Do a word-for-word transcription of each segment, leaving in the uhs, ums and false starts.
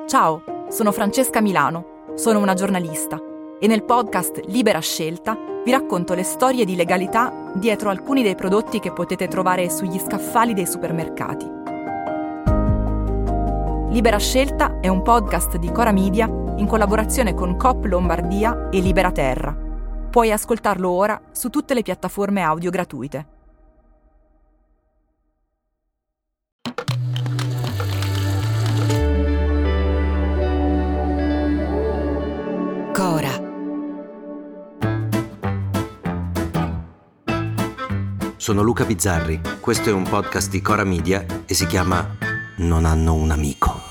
Ciao, sono Francesca Milano, sono una giornalista e nel podcast Libera Scelta vi racconto le storie di legalità dietro alcuni dei prodotti che potete trovare sugli scaffali dei supermercati. Libera Scelta è un podcast di Cora Media in collaborazione con Coop Lombardia e Libera Terra. Puoi ascoltarlo ora su tutte le piattaforme audio gratuite. Cora. Sono Luca Bizzarri, questo è un podcast di Cora Media e si chiama Non hanno un amico.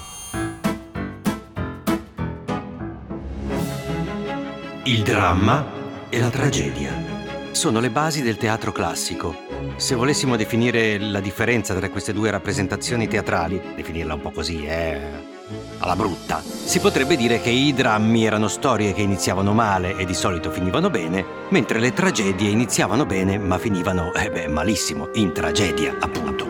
Il dramma e la tragedia sono le basi del teatro classico. Se volessimo definire la differenza tra queste due rappresentazioni teatrali, definirla un po' così, eh, alla brutta, si potrebbe dire che i drammi erano storie che iniziavano male e di solito finivano bene, mentre le tragedie iniziavano bene ma finivano, eh beh, malissimo, in tragedia, appunto.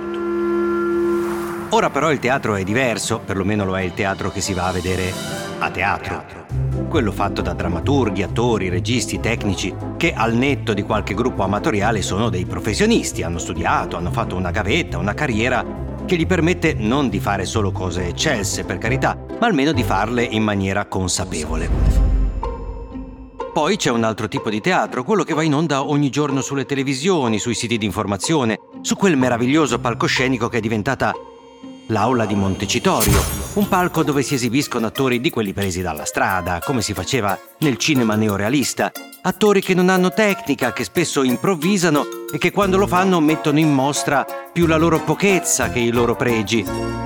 Ora però il teatro è diverso, perlomeno lo è il teatro che si va a vedere a teatro. Quello fatto da drammaturghi, attori, registi, tecnici, che al netto di qualche gruppo amatoriale sono dei professionisti, hanno studiato, hanno fatto una gavetta, una carriera che gli permette non di fare solo cose eccelse, per carità, ma almeno di farle in maniera consapevole. Poi c'è un altro tipo di teatro, quello che va in onda ogni giorno sulle televisioni, sui siti di informazione, su quel meraviglioso palcoscenico che è diventata l'Aula di Montecitorio, un palco dove si esibiscono attori di quelli presi dalla strada, come si faceva nel cinema neorealista, attori che non hanno tecnica, che spesso improvvisano e che quando lo fanno mettono in mostra più la loro pochezza che i loro pregi.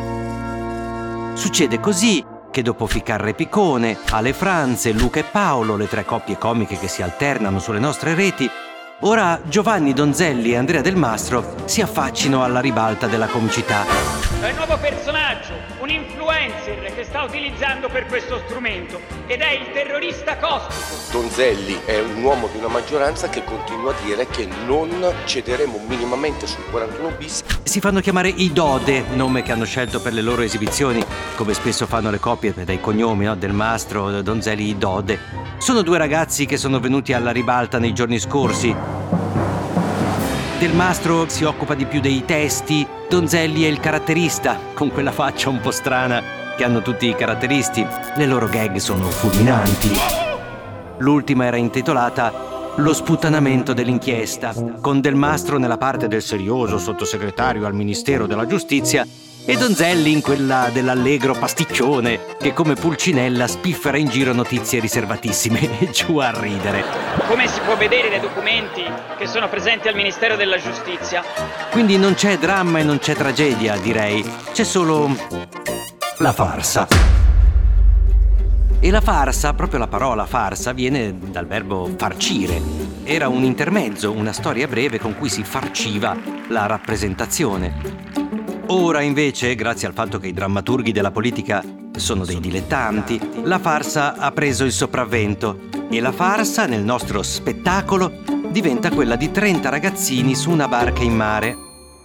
Succede così che dopo Ficarra e Picone, Ale Franze, Luca e Paolo, le tre coppie comiche che si alternano sulle nostre reti, ora Giovanni Donzelli e Andrea Del Mastro si affaccino alla ribalta della comicità. È il nuovo personaggio, un influencer che sta utilizzando per questo strumento ed è il terrorista costico. Donzelli è un uomo di una maggioranza che continua a dire che non cederemo minimamente sul quarantuno bis. Si fanno chiamare i Dode, nome che hanno scelto per le loro esibizioni, come spesso fanno le coppie dai cognomi, no? Del Mastro, Donzelli, i Dode. Sono due ragazzi che sono venuti alla ribalta nei giorni scorsi. Del Mastro si occupa di più dei testi, Donzelli è il caratterista, con quella faccia un po' strana che hanno tutti i caratteristi. Le loro gag sono fulminanti. L'ultima era intitolata Lo sputtanamento dell'inchiesta, con Del Mastro nella parte del serioso sottosegretario al Ministero della Giustizia e Donzelli in quella dell'allegro pasticcione che come Pulcinella spiffera in giro notizie riservatissime e giù a ridere. Come si può vedere dai documenti che sono presenti al Ministero della Giustizia. Quindi non c'è dramma e non c'è tragedia, direi. C'è solo la farsa. E la farsa, proprio la parola farsa, viene dal verbo farcire. Era un intermezzo, una storia breve con cui si farciva la rappresentazione. Ora invece, grazie al fatto che i drammaturghi della politica sono dei dilettanti, la farsa ha preso il sopravvento e la farsa nel nostro spettacolo diventa quella di trenta ragazzini su una barca in mare.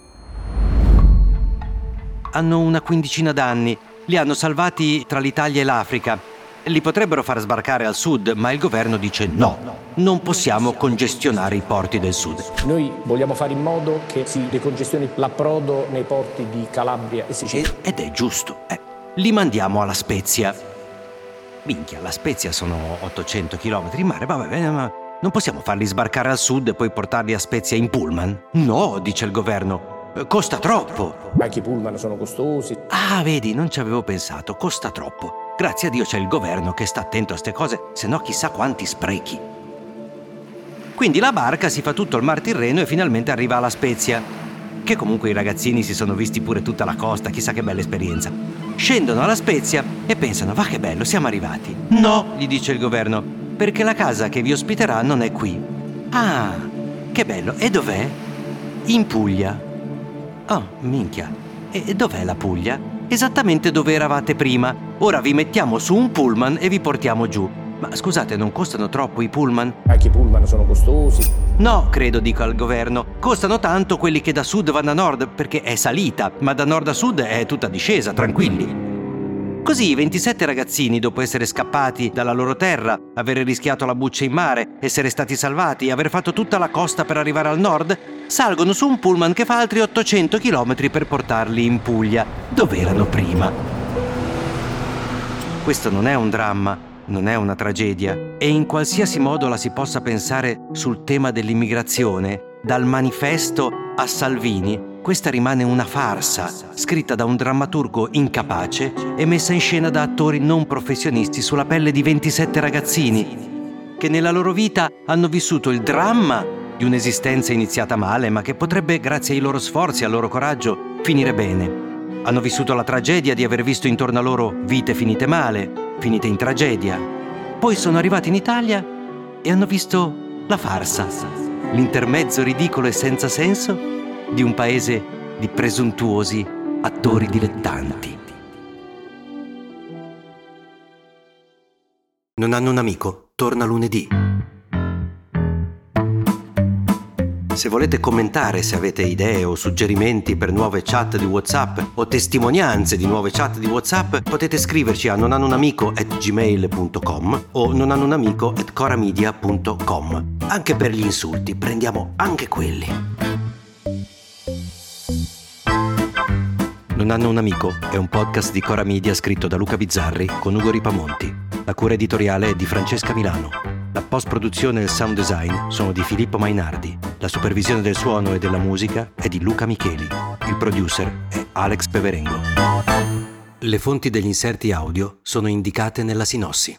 Hanno una quindicina d'anni, li hanno salvati tra l'Italia e l'Africa. Li potrebbero far sbarcare al sud, ma il governo dice no, non possiamo congestionare i porti del sud. Noi vogliamo fare in modo che si decongestioni l'approdo nei porti di Calabria e Sicilia. Ed è giusto, eh. Li mandiamo alla Spezia. Minchia, la Spezia sono ottocento chilometri in mare, vabbè, ma non possiamo farli sbarcare al sud e poi portarli a Spezia in pullman? No, dice il governo, costa troppo. Anche i pullman sono costosi. Ah, vedi, non ci avevo pensato, costa troppo. Grazie a Dio c'è il governo che sta attento a ste cose, se no chissà quanti sprechi. Quindi la barca si fa tutto il Mar Tirreno e finalmente arriva alla Spezia, che comunque i ragazzini si sono visti pure tutta la costa, chissà che bella esperienza. Scendono alla Spezia e pensano, va che bello, siamo arrivati. No, gli dice il governo, perché la casa che vi ospiterà non è qui. Ah, che bello, e dov'è? In Puglia. Oh, minchia, e dov'è la Puglia? Esattamente dove eravate prima. Ora vi mettiamo su un pullman e vi portiamo giù. Ma scusate, non costano troppo i pullman? Anche i pullman sono costosi. No, credo, dico al governo. Costano tanto quelli che da sud vanno a nord, perché è salita, ma da nord a sud è tutta discesa, tranquilli. Così i ventisette ragazzini, dopo essere scappati dalla loro terra, avere rischiato la buccia in mare, essere stati salvati e aver fatto tutta la costa per arrivare al nord, salgono su un pullman che fa altri ottocento chilometri per portarli in Puglia, dove erano prima. Questo non è un dramma, non è una tragedia, e in qualsiasi modo la si possa pensare sul tema dell'immigrazione, dal Manifesto a Salvini, questa rimane una farsa, scritta da un drammaturgo incapace e messa in scena da attori non professionisti sulla pelle di ventisette ragazzini, che nella loro vita hanno vissuto il dramma di un'esistenza iniziata male, ma che potrebbe, grazie ai loro sforzi e al loro coraggio, finire bene. Hanno vissuto la tragedia di aver visto intorno a loro vite finite male, finite in tragedia. Poi sono arrivati in Italia e hanno visto la farsa, l'intermezzo ridicolo e senza senso di un paese di presuntuosi attori dilettanti. Non hanno un amico? Torna lunedì. Se volete commentare, se avete idee o suggerimenti per nuove chat di WhatsApp o testimonianze di nuove chat di WhatsApp, potete scriverci a nonhannounamico at gmail punto com o nonhannounamico at coramedia punto com. Anche per gli insulti, prendiamo anche quelli. Non hanno un amico è un podcast di Cora Media scritto da Luca Bizzarri con Ugo Ripamonti. La cura editoriale è di Francesca Milano. La post-produzione e il sound design sono di Filippo Mainardi. La supervisione del suono e della musica è di Luca Micheli. Il producer è Alex Peverengo. Le fonti degli inserti audio sono indicate nella sinossi.